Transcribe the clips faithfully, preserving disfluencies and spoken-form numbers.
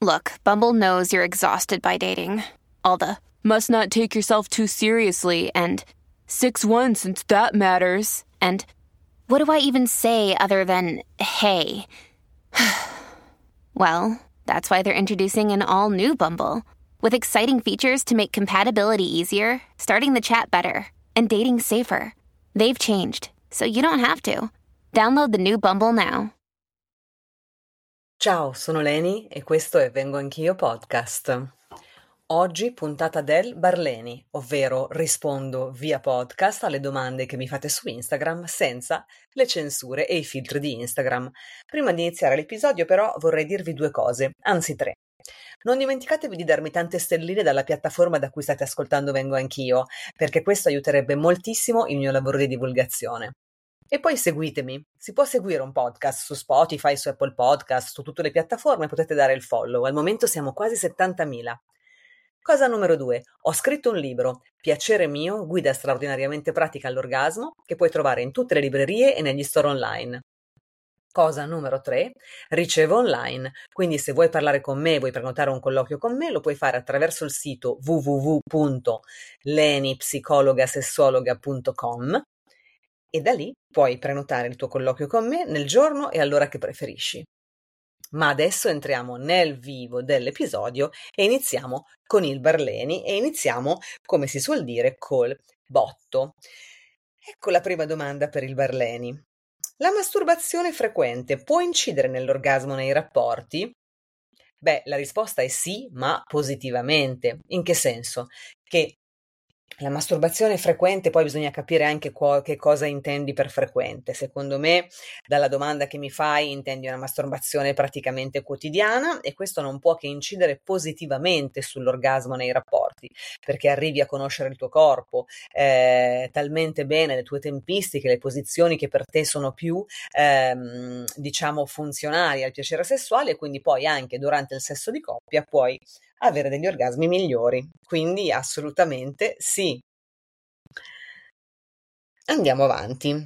Look, Bumble knows you're exhausted by dating. All the must not take yourself too seriously and six one since that matters. And what do I even say other than hey? Well, that's why they're introducing an all-new Bumble with exciting features to make compatibility easier, starting the chat better, and dating safer. They've changed, so you don't have to. Download the new Bumble now. Ciao, sono Leni e questo è Vengo Anch'io Podcast. Oggi puntata del Barleni, ovvero rispondo via podcast alle domande che mi fate su Instagram senza le censure e i filtri di Instagram. Prima di iniziare l'episodio però vorrei dirvi due cose, anzi tre. Non dimenticatevi di darmi tante stelline dalla piattaforma da cui state ascoltando Vengo Anch'io, perché questo aiuterebbe moltissimo il mio lavoro di divulgazione. E poi seguitemi, si può seguire un podcast su Spotify, su Apple Podcast, su tutte le piattaforme, potete dare il follow, al momento siamo quasi settantamila. Cosa numero due, ho scritto un libro, Piacere mio, guida straordinariamente pratica all'orgasmo, che puoi trovare in tutte le librerie e negli store online. Cosa numero tre, ricevo online, quindi se vuoi parlare con me, vuoi prenotare un colloquio con me, lo puoi fare attraverso il sito w w w punto lenipsicologasessuologa punto com e da lì puoi prenotare il tuo colloquio con me nel giorno e all'ora che preferisci. Ma adesso entriamo nel vivo dell'episodio e iniziamo con il Barleni e iniziamo, come si suol dire, col botto. Ecco la prima domanda per il Barleni. La masturbazione frequente può incidere nell'orgasmo nei rapporti? Beh, la risposta è sì, ma positivamente. In che senso? Che la masturbazione frequente, poi bisogna capire anche co- che cosa intendi per frequente. Secondo me, dalla domanda che mi fai, intendi una masturbazione praticamente quotidiana e questo non può che incidere positivamente sull'orgasmo nei rapporti, perché arrivi a conoscere il tuo corpo eh, talmente bene, le tue tempistiche, le posizioni che per te sono più, ehm, diciamo, funzionali al piacere sessuale e quindi poi anche durante il sesso di coppia puoi avere degli orgasmi migliori, quindi assolutamente sì. Andiamo avanti.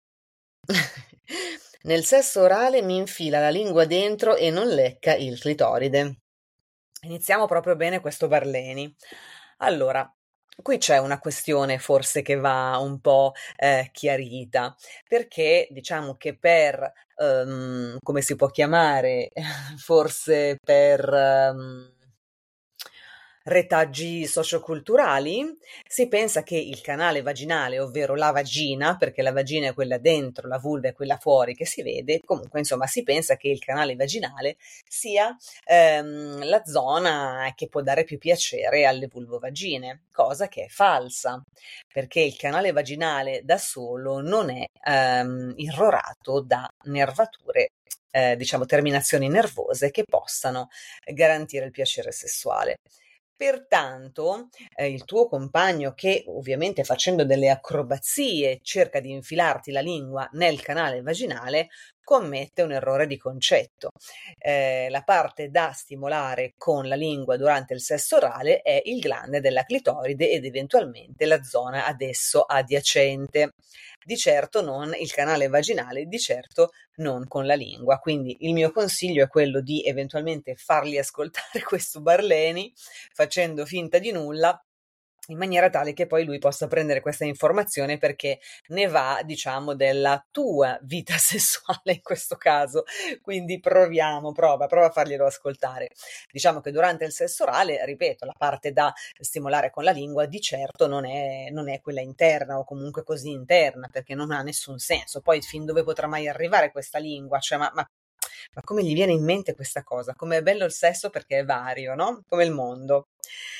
Nel sesso orale mi infila la lingua dentro e non lecca il clitoride. Iniziamo proprio bene questo Barleni. Allora, qui c'è una questione forse che va un po' eh, chiarita, perché diciamo che per, um, come si può chiamare, forse per... Um, retaggi socioculturali, si pensa che il canale vaginale, ovvero la vagina, perché la vagina è quella dentro, la vulva è quella fuori che si vede, comunque insomma si pensa che il canale vaginale sia ehm, la zona che può dare più piacere alle vulvovagine, cosa che è falsa, perché il canale vaginale da solo non è ehm, irrorato da nervature, eh, diciamo terminazioni nervose che possano garantire il piacere sessuale. Pertanto, eh, il tuo compagno che ovviamente facendo delle acrobazie cerca di infilarti la lingua nel canale vaginale commette un errore di concetto. Eh, la parte da stimolare con la lingua durante il sesso orale è il glande della clitoride ed eventualmente la zona ad esso adiacente. Di certo non il canale vaginale, di certo non con la lingua. Quindi il mio consiglio è quello di eventualmente fargli ascoltare questo Barleni facendo finta di nulla, in maniera tale che poi lui possa prendere questa informazione perché ne va, diciamo, della tua vita sessuale in questo caso. Quindi proviamo, prova, prova a farglielo ascoltare. Diciamo che durante il sesso orale, ripeto, la parte da stimolare con la lingua di certo non è, non è quella interna o comunque così interna, perché non ha nessun senso. Poi fin dove potrà mai arrivare questa lingua? Cioè, ma, ma ma come gli viene in mente questa cosa? Com'è bello il sesso perché è vario, no? Come il mondo.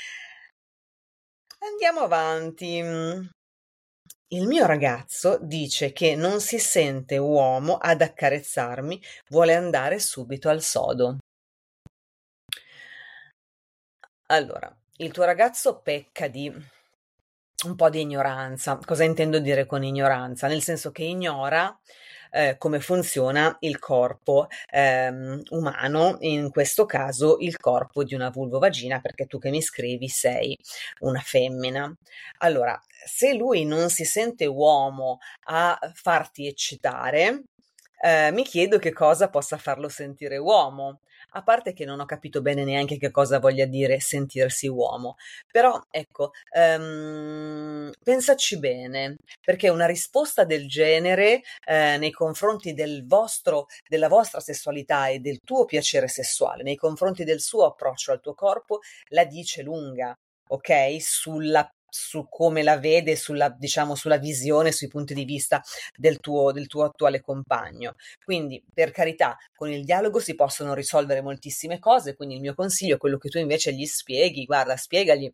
Andiamo avanti. Il mio ragazzo dice che non si sente uomo ad accarezzarmi, vuole andare subito al sodo. Allora, il tuo ragazzo pecca di un po' di ignoranza. Cosa intendo dire con ignoranza? Nel senso che ignora eh, come funziona il corpo ehm, umano, in questo caso il corpo di una vulvovagina, perché tu che mi scrivi sei una femmina. Allora, se lui non si sente uomo a farti eccitare, eh, mi chiedo che cosa possa farlo sentire uomo. A parte che non ho capito bene neanche che cosa voglia dire sentirsi uomo, però ecco, ehm, pensaci bene, perché una risposta del genere eh, nei confronti del vostro, della vostra sessualità e del tuo piacere sessuale, nei confronti del suo approccio al tuo corpo, la dice lunga, ok? Sulla su come la vede, sulla, diciamo, sulla visione, sui punti di vista del tuo, del tuo attuale compagno. Quindi, per carità, con il dialogo si possono risolvere moltissime cose, quindi il mio consiglio è quello che tu invece gli spieghi, guarda, spiegagli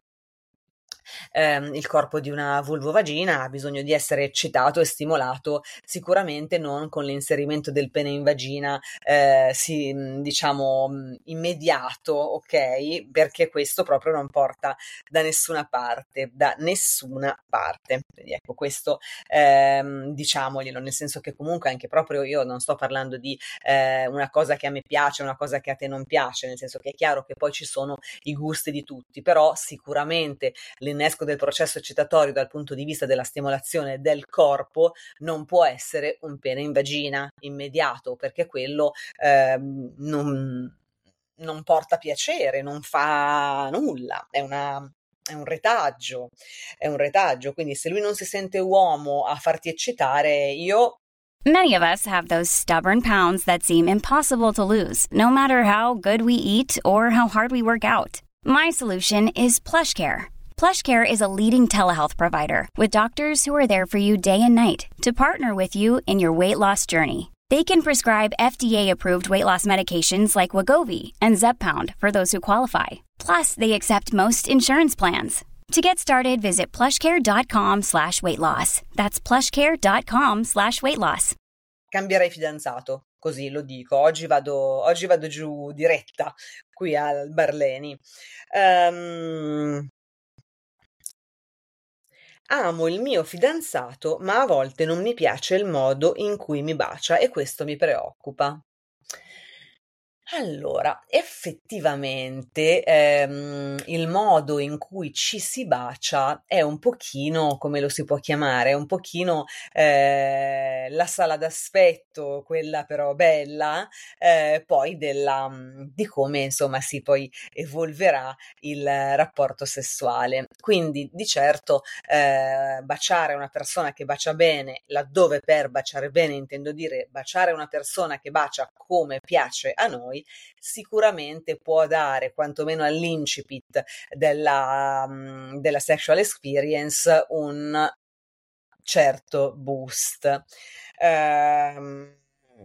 ehm, il corpo di una vulvovagina ha bisogno di essere eccitato e stimolato, sicuramente non con l'inserimento del pene in vagina, eh, si, diciamo, immediato, ok? Perché questo proprio non porta da nessuna parte, da nessuna parte. Quindi ecco, questo ehm, diciamoglielo, nel senso che comunque anche proprio io non sto parlando di eh, una cosa che a me piace, una cosa che a te non piace, nel senso che è chiaro che poi ci sono i gusti di tutti, però sicuramente l'innesco del processo eccitatorio dal punto di vista della stimolazione del corpo non può essere un pene in vagina immediato, perché quello ehm, non, non porta piacere, non fa nulla, è una è un retaggio, è un retaggio, quindi se lui non si sente uomo a farti eccitare, io Many of us have those stubborn pounds that seem impossible to lose, no matter how good we eat or how hard we work out. My solution is PlushCare. PlushCare is a leading telehealth provider with doctors who are there for you day and night to partner with you in your weight loss journey. They can prescribe F D A-approved weight loss medications like Wegovy and Zepbound for those who qualify. Plus, they accept most insurance plans. To get started, visit plushcare.com slash weight loss. That's plushcare.com slash weight loss. Cambierei fidanzato, così lo dico. Oggi vado, oggi vado giù diretta qui al Barleni. Um, amo il mio fidanzato, ma a volte non mi piace il modo in cui mi bacia e questo mi preoccupa. Allora, effettivamente, ehm, il modo in cui ci si bacia è un pochino, come lo si può chiamare, è un pochino eh, la sala d'aspetto, quella però bella, eh, poi della, mm, di come insomma si poi evolverà il rapporto sessuale. Quindi di certo eh, baciare una persona che bacia bene, laddove per baciare bene intendo dire baciare una persona che bacia come piace a noi, sicuramente può dare, quantomeno all'incipit della, mm, della sexual experience, un certo boost. Ehm,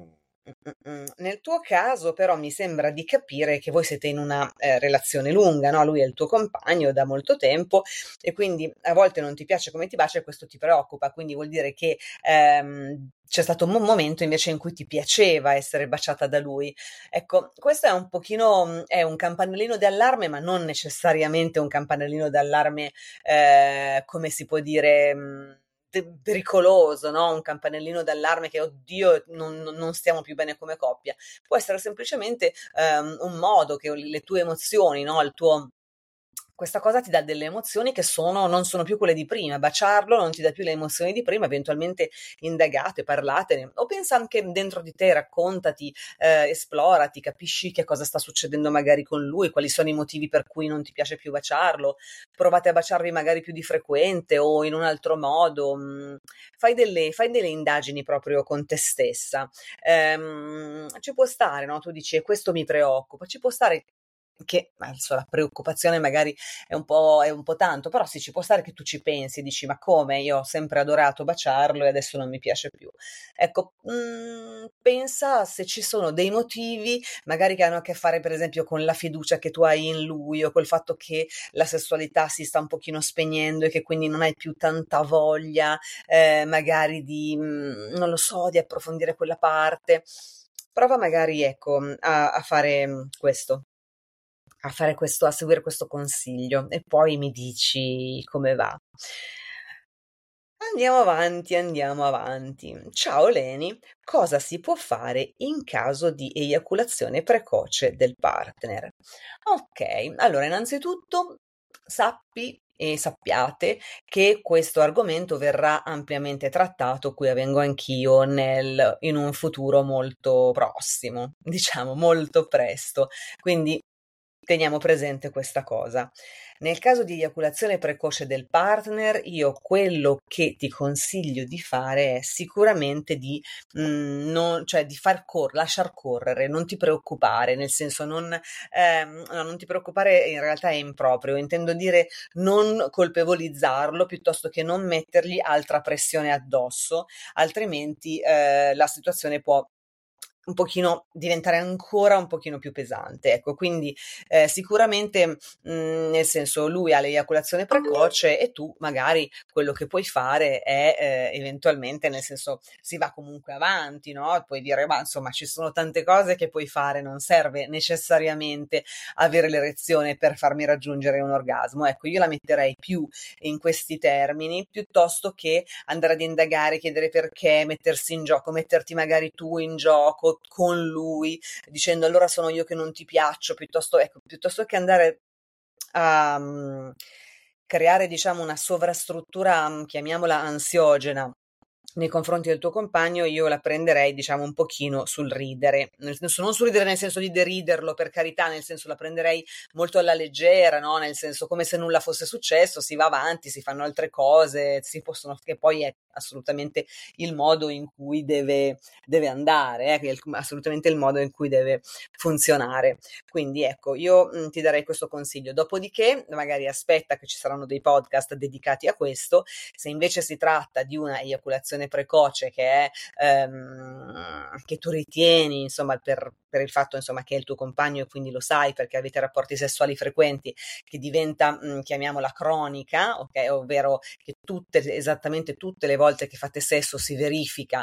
Nel tuo caso, però, mi sembra di capire che voi siete in una eh, relazione lunga, no? Lui è il tuo compagno da molto tempo e quindi a volte non ti piace come ti bacia e questo ti preoccupa, quindi vuol dire che ehm, c'è stato un momento invece in cui ti piaceva essere baciata da lui. Ecco, questo è un pochino, è un campanellino d'allarme, ma non necessariamente un campanellino d'allarme, eh, come si può dire, mh, de- pericoloso, no? Un campanellino d'allarme che, oddio, non, non- non stiamo più bene come coppia. Può essere semplicemente ehm, un modo che le tue emozioni, no? Il tuo questa cosa ti dà delle emozioni che sono, non sono più quelle di prima. Baciarlo non ti dà più le emozioni di prima, eventualmente indagate, parlatene, o pensa anche dentro di te, raccontati, eh, esplorati, capisci che cosa sta succedendo magari con lui, quali sono i motivi per cui non ti piace più baciarlo, provate a baciarvi magari più di frequente o in un altro modo, mh, fai delle, fai delle indagini proprio con te stessa. Ehm, ci può stare, no? Tu dici, e questo mi preoccupa, ci può stare che adesso la preoccupazione magari è un po', è un po' tanto, però sì, ci può stare che tu ci pensi, dici ma come, io ho sempre adorato baciarlo e adesso non mi piace più. Ecco, mh, pensa se ci sono dei motivi magari che hanno a che fare per esempio con la fiducia che tu hai in lui o col fatto che la sessualità si sta un pochino spegnendo e che quindi non hai più tanta voglia eh, magari di, mh, non lo so, di approfondire quella parte. Prova magari, ecco, a, a fare questo a fare questo, a seguire questo consiglio e poi mi dici come va. Andiamo avanti, andiamo avanti. Ciao Leni, cosa si può fare in caso di eiaculazione precoce del partner? Ok, allora innanzitutto sappi e sappiate che questo argomento verrà ampiamente trattato, qui avvengo anch'io, nel, in un futuro molto prossimo, diciamo molto presto. Quindi teniamo presente questa cosa. Nel caso di eiaculazione precoce del partner, io quello che ti consiglio di fare è sicuramente di, mh, non, cioè di far cor- lasciar correre, non ti preoccupare, nel senso non, ehm, no, non ti preoccupare, in realtà è improprio, intendo dire non colpevolizzarlo piuttosto che non mettergli altra pressione addosso, altrimenti eh, la situazione può un pochino diventare ancora un pochino più pesante, ecco. Quindi eh, sicuramente mh, nel senso lui ha l'eiaculazione precoce e tu magari quello che puoi fare è eh, eventualmente, nel senso, si va comunque avanti, no? Puoi dire ma insomma ci sono tante cose che puoi fare, non serve necessariamente avere l'erezione per farmi raggiungere un orgasmo, ecco. Io la metterei più in questi termini piuttosto che andare ad indagare, chiedere perché, mettersi in gioco, metterti magari tu in gioco con lui, dicendo allora sono io che non ti piaccio, piuttosto, ecco, piuttosto che andare a um, creare, diciamo, una sovrastruttura, um, chiamiamola ansiogena, nei confronti del tuo compagno, io la prenderei, diciamo, un pochino sul ridere, nel senso, non sul ridere nel senso di deriderlo, per carità, nel senso la prenderei molto alla leggera, no? Nel senso come se nulla fosse successo, si va avanti, si fanno altre cose, si possono, che poi è assolutamente il modo in cui deve, deve andare, eh? Che è il- assolutamente il modo in cui deve funzionare. Quindi ecco, io mh, ti darei questo consiglio. Dopodiché, magari aspetta che ci saranno dei podcast dedicati a questo. Se invece si tratta di una eiaculazione precoce che è ehm, che tu ritieni, insomma, per, per il fatto, insomma, che è il tuo compagno e quindi lo sai perché avete rapporti sessuali frequenti, che diventa, mh, chiamiamola cronica, ok? Ovvero che tutte, esattamente tutte le volte che fate sesso si verifica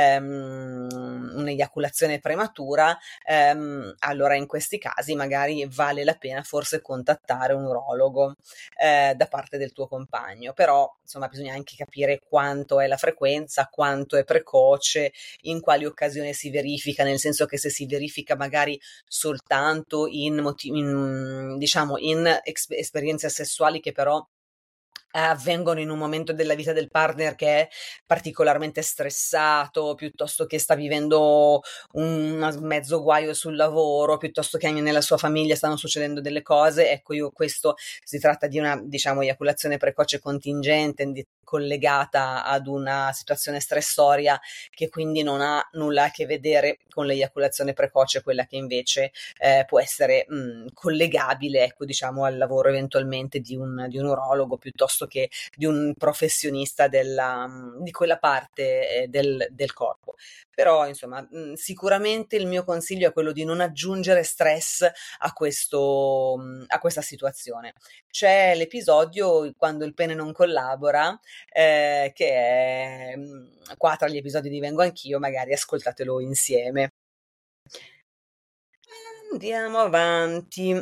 ehm, un'eiaculazione prematura, ehm, allora in questi casi magari vale la pena forse contattare un urologo eh, da parte del tuo compagno, però insomma bisogna anche capire quanto è la frequenza, quanto è precoce, in quali occasioni si verifica, nel senso che se si verifica magari soltanto in, motivi, in diciamo in ex- esperienze sessuali che però avvengono in un momento della vita del partner che è particolarmente stressato, piuttosto che sta vivendo un mezzo guaio sul lavoro, piuttosto che nella sua famiglia stanno succedendo delle cose, ecco, io questo si tratta di una, diciamo, eiaculazione precoce contingente di, collegata ad una situazione stressoria che quindi non ha nulla a che vedere con l'eiaculazione precoce, quella che invece eh, può essere mh, collegabile, ecco, diciamo, al lavoro eventualmente di un, di un urologo piuttosto che di un professionista della, di quella parte eh, del, del corpo. Però, insomma, mh, sicuramente il mio consiglio è quello di non aggiungere stress a, questo, mh, a questa situazione. C'è l'episodio quando il pene non collabora, eh, che è mh, qua tra gli episodi di Vengo Anch'io, magari ascoltatelo insieme. Andiamo avanti.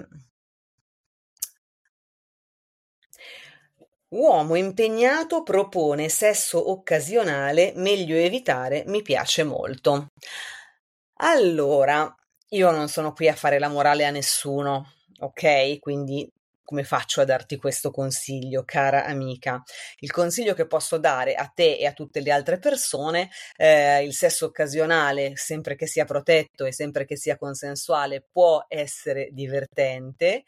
Uomo impegnato propone sesso occasionale, meglio evitare, mi piace molto. Allora, io non sono qui a fare la morale a nessuno, ok? Quindi come faccio a darti questo consiglio, cara amica? Il consiglio che posso dare a te e a tutte le altre persone, eh, il sesso occasionale, sempre che sia protetto e sempre che sia consensuale, può essere divertente.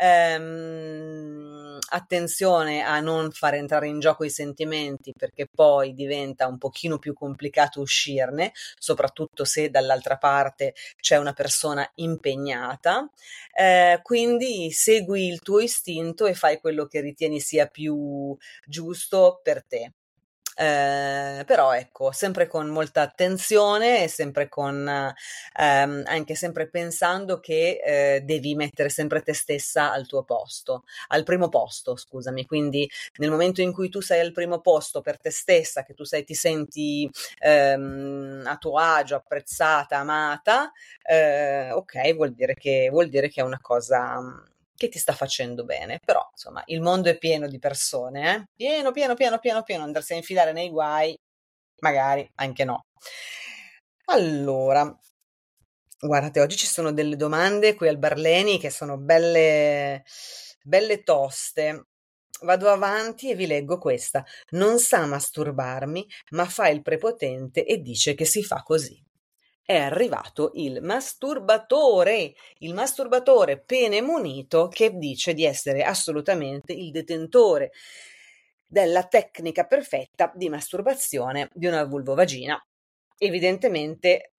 Ehm, attenzione a non far entrare in gioco i sentimenti perché poi diventa un pochino più complicato uscirne, soprattutto se dall'altra parte c'è una persona impegnata. Eh, quindi segui il tuo istinto e fai quello che ritieni sia più giusto per te. Eh, però ecco, sempre con molta attenzione e sempre con ehm, anche sempre pensando che eh, devi mettere sempre te stessa al tuo posto, al primo posto, scusami. Quindi nel momento in cui tu sei al primo posto per te stessa, che tu sei, ti senti ehm, a tuo agio, apprezzata, amata, eh, ok, vuol dire che vuol dire che è una cosa che ti sta facendo bene, però insomma il mondo è pieno di persone, eh? Pieno, pieno, pieno, pieno, pieno, andarsi a infilare nei guai, magari anche no. Allora, Guardate, oggi ci sono delle domande qui al Barleni che sono belle, belle toste. Vado avanti e vi leggo questa. Non sa masturbarmi, ma fa il prepotente e dice che si fa così. È arrivato il masturbatore, il masturbatore pene munito che dice di essere assolutamente il detentore della tecnica perfetta di masturbazione di una vulvovagina. Evidentemente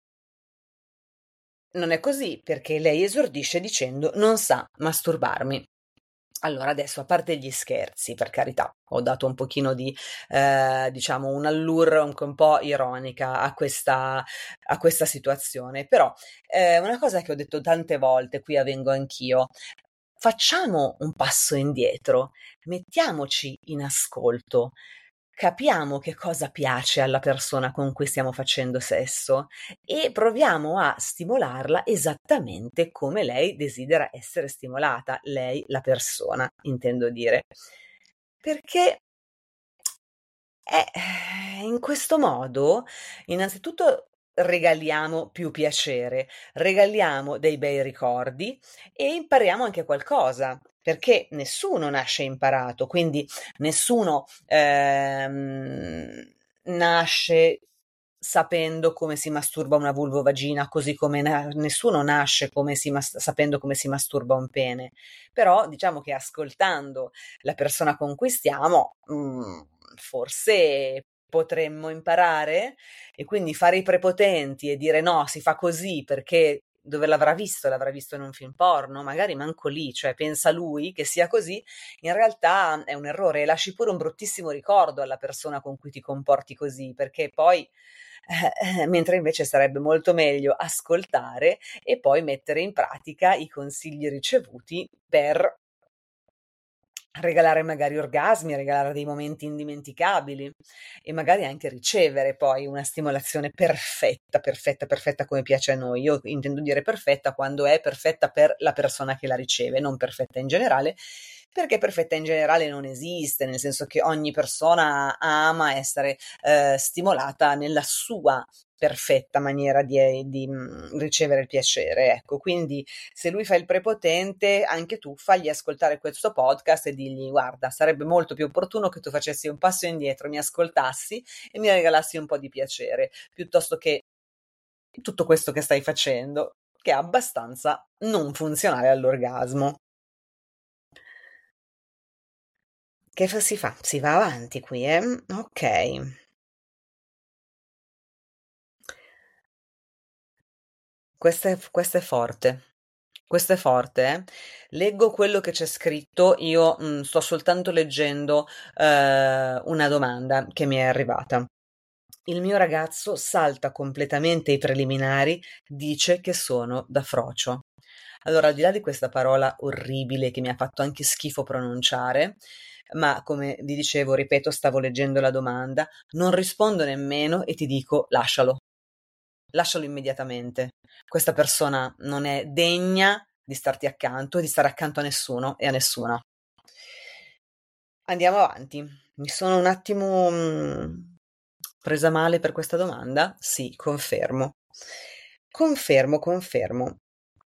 non è così, perché lei esordisce dicendo non sa masturbarmi. Allora adesso, a parte gli scherzi, per carità, ho dato un pochino di, eh, diciamo, un allure un, un po' ironica a questa, a questa situazione, però eh, una cosa che ho detto tante volte, qui avvengo anch'io, facciamo un passo indietro, mettiamoci in ascolto, capiamo che cosa piace alla persona con cui stiamo facendo sesso e proviamo a stimolarla esattamente come lei desidera essere stimolata, lei, la persona, intendo dire. Perché eh, in questo modo, innanzitutto, regaliamo più piacere, regaliamo dei bei ricordi e impariamo anche qualcosa, perché nessuno nasce imparato, quindi nessuno ehm, nasce sapendo come si masturba una vulvovagina, così come na- nessuno nasce come si mas- sapendo come si masturba un pene. Però diciamo che ascoltando la persona con cui stiamo, mm, forse potremmo imparare e quindi fare i prepotenti e dire no, si fa così perché dove l'avrà visto? L'avrà visto in un film porno? Magari manco lì, cioè pensa lui che sia così, in realtà è un errore e lasci pure un bruttissimo ricordo alla persona con cui ti comporti così, perché poi eh, eh, mentre invece sarebbe molto meglio ascoltare e poi mettere in pratica i consigli ricevuti per regalare magari orgasmi, regalare dei momenti indimenticabili e magari anche ricevere poi una stimolazione perfetta, perfetta, perfetta come piace a noi. Io intendo dire perfetta quando è perfetta per la persona che la riceve, non perfetta in generale, perché perfetta in generale non esiste, nel senso che ogni persona ama essere eh, stimolata nella sua perfetta maniera di, di mh, ricevere il piacere. Ecco, quindi se lui fa il prepotente, anche tu fagli ascoltare questo podcast e digli: guarda, sarebbe molto più opportuno che tu facessi un passo indietro, mi ascoltassi e mi regalassi un po' di piacere, piuttosto che tutto questo che stai facendo, che è abbastanza non funzionale all'orgasmo. Che fa- si fa? Si va avanti qui, eh? Ok. Questa è, questa è forte. Questo è forte, eh? Leggo quello che c'è scritto, io mm, sto soltanto leggendo eh, una domanda che mi è arrivata. Il mio ragazzo salta completamente i preliminari, dice che sono da frocio. Allora, al di là di questa parola orribile che mi ha fatto anche schifo pronunciare, ma come vi dicevo, ripeto, stavo leggendo la domanda, non rispondo nemmeno e ti dico lascialo. Lascialo immediatamente. Questa persona non è degna di starti accanto e di stare accanto a nessuno e a nessuna. Andiamo avanti. Mi sono un attimo mh, presa male per questa domanda? Sì, confermo. Confermo, confermo.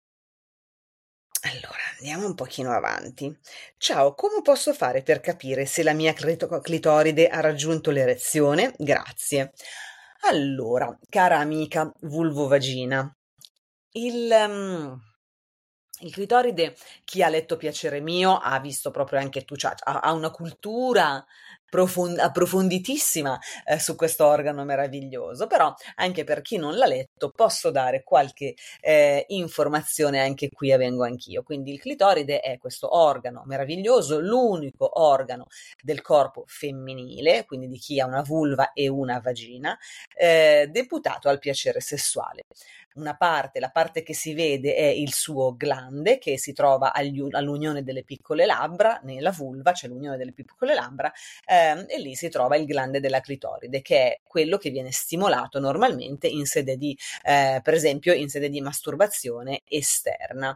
Allora, andiamo un pochino avanti. Ciao, come posso fare per capire se la mia clito- clitoride ha raggiunto l'erezione? Grazie. Allora, cara amica vulvovagina, il, um, il clitoride, chi ha letto Piacere mio, ha visto proprio anche tu, cioè, ha, ha una cultura profond- approfonditissima eh, su questo organo meraviglioso, però anche per chi non l'ha letto posso dare qualche eh, informazione anche qui, avvengo anch'io. Quindi il clitoride è questo organo meraviglioso, l'unico organo del corpo femminile, quindi di chi ha una vulva e una vagina, eh, deputato al piacere sessuale. Una parte, la parte che si vede è il suo glande che si trova agli, all'unione delle piccole labbra, nella vulva c'è l'unione delle piccole labbra ehm, e lì si trova il glande della clitoride che è quello che viene stimolato normalmente in sede di, eh, per esempio in sede di masturbazione esterna.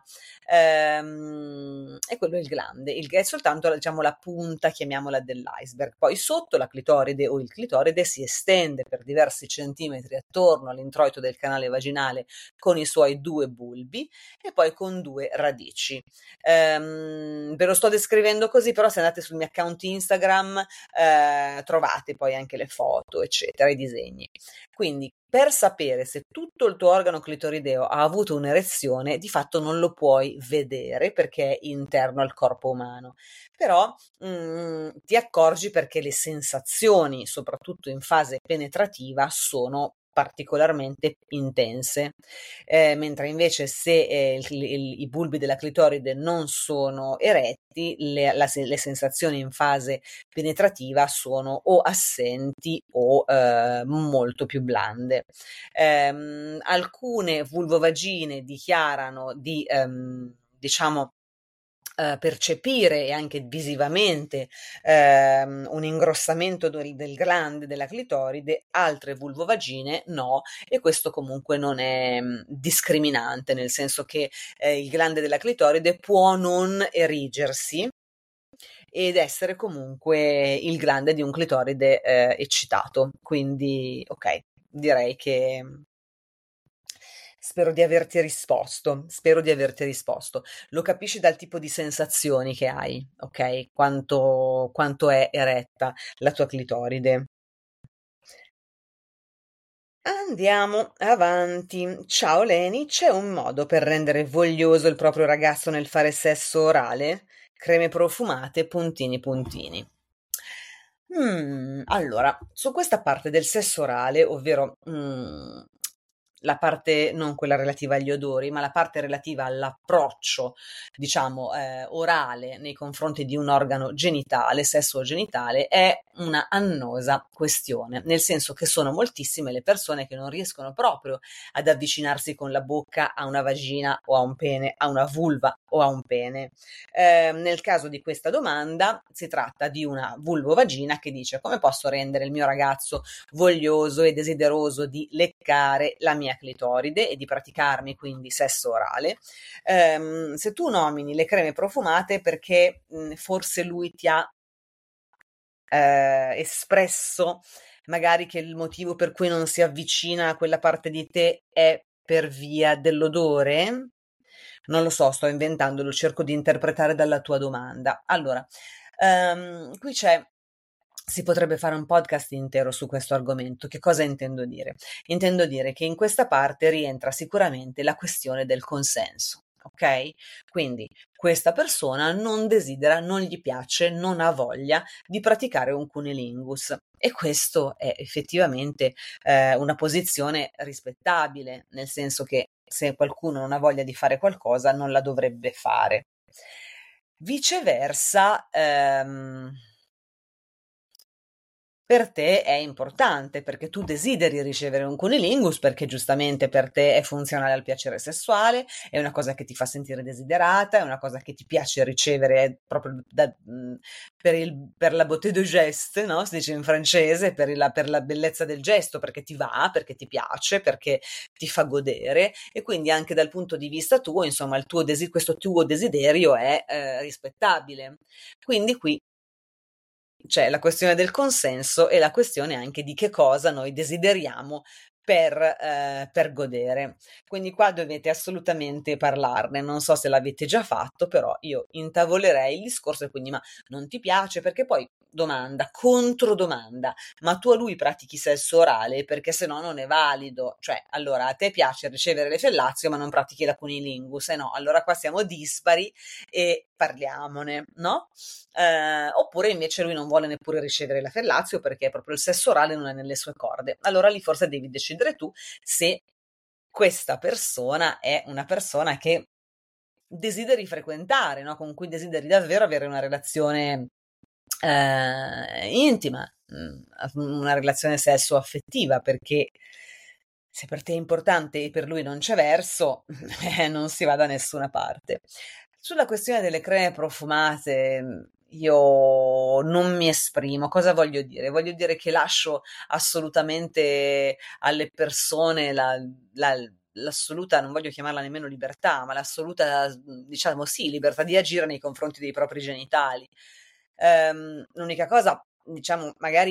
Ehm, e quello è il glande, il, è soltanto diciamo la punta, chiamiamola, dell'iceberg. Poi sotto la clitoride o il clitoride si estende per diversi centimetri attorno all'introito del canale vaginale vaginale con i suoi due bulbi e poi con due radici. Ehm, ve lo sto descrivendo così, però se andate sul mio account Instagram eh, trovate poi anche le foto, eccetera, i disegni. Quindi per sapere se tutto il tuo organo clitorideo ha avuto un'erezione, di fatto non lo puoi vedere perché è interno al corpo umano, però mh, ti accorgi perché le sensazioni, soprattutto in fase penetrativa, sono particolarmente intense, eh, mentre invece se eh, il- il- i bulbi della clitoride non sono eretti, le, la se- le sensazioni in fase penetrativa sono o assenti o eh, molto più blande. Ehm, alcune vulvovagine dichiarano di, ehm, diciamo, eh, percepire e anche visivamente ehm, un ingrossamento del, del glande della clitoride, altre vulvovagine no, e questo comunque non è mh, discriminante, nel senso che eh, il glande della clitoride può non erigersi ed essere comunque il glande di un clitoride eh, eccitato. Quindi, ok, direi che spero di averti risposto. Spero di averti risposto. Lo capisci dal tipo di sensazioni che hai, ok? Quanto, quanto è eretta la tua clitoride. Andiamo avanti. Ciao Leni, c'è un modo per rendere voglioso il proprio ragazzo nel fare sesso orale? Creme profumate, puntini puntini. Mm, allora, su questa parte del sesso orale, ovvero mm, la parte non quella relativa agli odori, ma la parte relativa all'approccio, diciamo, eh, orale nei confronti di un organo genitale, sesso genitale, è una annosa questione, nel senso che sono moltissime le persone che non riescono proprio ad avvicinarsi con la bocca a una vagina o a un pene, a una vulva o a un pene. Eh, nel caso di questa domanda si tratta di una vulvovagina che dice: come posso rendere il mio ragazzo voglioso e desideroso di leccare la mia clitoride e di praticarmi quindi sesso orale? Ehm, se tu nomini le creme profumate perché mh, forse lui ti ha eh, espresso magari che il motivo per cui non si avvicina a quella parte di te è per via dell'odore? Non lo so, sto inventando, lo cerco di interpretare dalla tua domanda. Allora, ehm, qui c'è, si potrebbe fare un podcast intero su questo argomento. Che cosa intendo dire? Intendo dire che in questa parte rientra sicuramente la questione del consenso. Ok? Quindi questa persona non desidera, non gli piace, non ha voglia di praticare un cunnilingus e questo è effettivamente eh, una posizione rispettabile, nel senso che se qualcuno non ha voglia di fare qualcosa non la dovrebbe fare. Viceversa, ehm, per te è importante perché tu desideri ricevere un cunnilingus perché giustamente per te è funzionale al piacere sessuale, è una cosa che ti fa sentire desiderata, è una cosa che ti piace ricevere proprio da, mh, per, il, per la beauté de geste, no? Si dice in francese, per la, per la bellezza del gesto, perché ti va, perché ti piace, perché ti fa godere e quindi anche dal punto di vista tuo, insomma, il tuo desi- questo tuo desiderio è eh, rispettabile. Quindi qui c'è la questione del consenso e la questione anche di che cosa noi desideriamo per, eh, per godere. Quindi qua dovete assolutamente parlarne. Non so se l'avete già fatto, però io intavolerei il discorso e quindi ma non ti piace? Perché poi domanda, controdomanda, ma tu a lui pratichi sesso orale perché se no non è valido. Cioè, allora a te piace ricevere le fellazio ma non pratichi la cunilingus, eh no, allora qua siamo dispari e parliamone, no? Eh, oppure invece lui non vuole neppure ricevere la fellazio perché proprio il sesso orale non è nelle sue corde. Allora lì forse devi decidere tu se questa persona è una persona che desideri frequentare, no? Con cui desideri davvero avere una relazione eh, intima, una relazione sesso-affettiva, perché se per te è importante e per lui non c'è verso, eh, non si va da nessuna parte. Sulla questione delle creme profumate, io non mi esprimo. Cosa voglio dire? Voglio dire che lascio assolutamente alle persone la, la, l'assoluta, non voglio chiamarla nemmeno libertà, ma l'assoluta, diciamo sì, libertà di agire nei confronti dei propri genitali. Ehm, l'unica cosa, diciamo, magari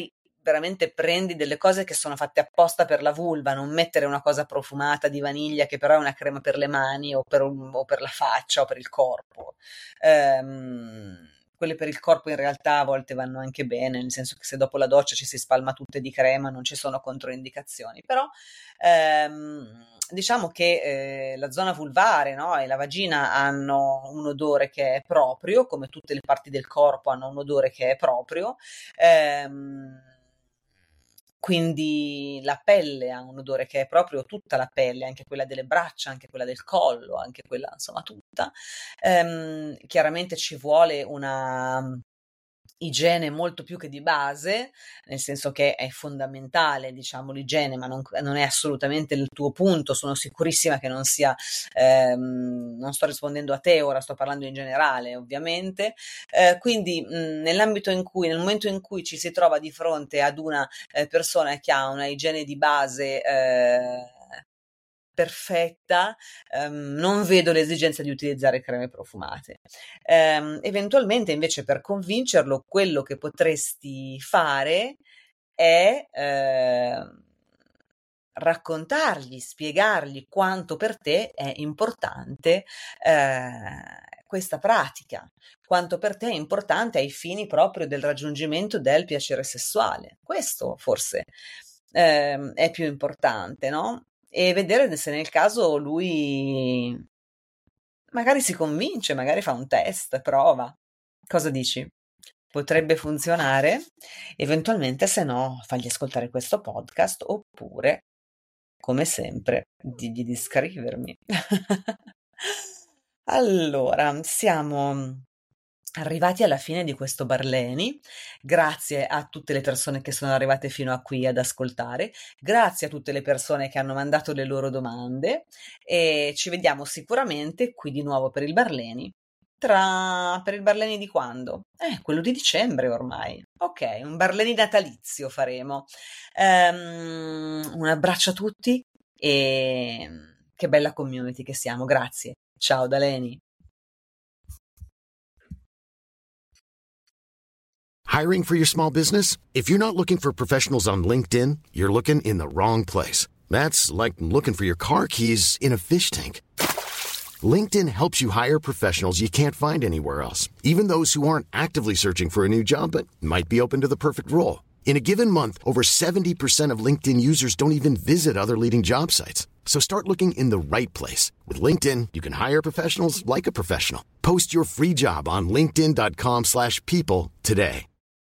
veramente prendi delle cose che sono fatte apposta per la vulva, non mettere una cosa profumata di vaniglia che però è una crema per le mani o per, un, o per la faccia o per il corpo. Ehm, quelle per il corpo in realtà a volte vanno anche bene, nel senso che se dopo la doccia ci si spalma tutte di crema non ci sono controindicazioni, però ehm, diciamo che eh, la zona vulvare, no, e la vagina hanno un odore che è proprio, come tutte le parti del corpo hanno un odore che è proprio, ehm, quindi la pelle ha un odore che è proprio tutta la pelle, anche quella delle braccia, anche quella del collo, anche quella, insomma, tutta. Ehm, chiaramente ci vuole una igiene molto più che di base, nel senso che è fondamentale, diciamo, l'igiene, ma non, non è assolutamente il tuo punto, sono sicurissima che non sia, ehm, non sto rispondendo a te ora, sto parlando in generale, ovviamente, eh, quindi mh, nell'ambito in cui, nel momento in cui ci si trova di fronte ad una eh, persona che ha una igiene di base eh, perfetta, ehm, non vedo l'esigenza di utilizzare creme profumate. Ehm, eventualmente invece per convincerlo quello che potresti fare è eh, raccontargli, spiegargli quanto per te è importante eh, questa pratica, quanto per te è importante ai fini proprio del raggiungimento del piacere sessuale. Questo forse ehm, è più importante, no? E vedere se nel caso lui magari si convince, magari fa un test, prova. Cosa dici? Potrebbe funzionare? Eventualmente, se no, fagli ascoltare questo podcast oppure, come sempre, digli di scrivermi. Allora, siamo arrivati alla fine di questo Barleni, grazie a tutte le persone che sono arrivate fino a qui ad ascoltare, grazie a tutte le persone che hanno mandato le loro domande e ci vediamo sicuramente qui di nuovo per il Barleni. Tra... per il Barleni di quando? Eh, quello di dicembre ormai. Ok, un Barleni natalizio faremo. Um, un abbraccio a tutti e che bella community che siamo, grazie. Ciao da Leni. Hiring for your small business? If you're not looking for professionals on LinkedIn, you're looking in the wrong place. That's like looking for your car keys in a fish tank. LinkedIn helps you hire professionals you can't find anywhere else, even those who aren't actively searching for a new job but might be open to the perfect role. In a given month, over seventy percent of LinkedIn users don't even visit other leading job sites. So start looking in the right place. With LinkedIn, you can hire professionals like a professional. Post your free job on linkedin dot com slash people today.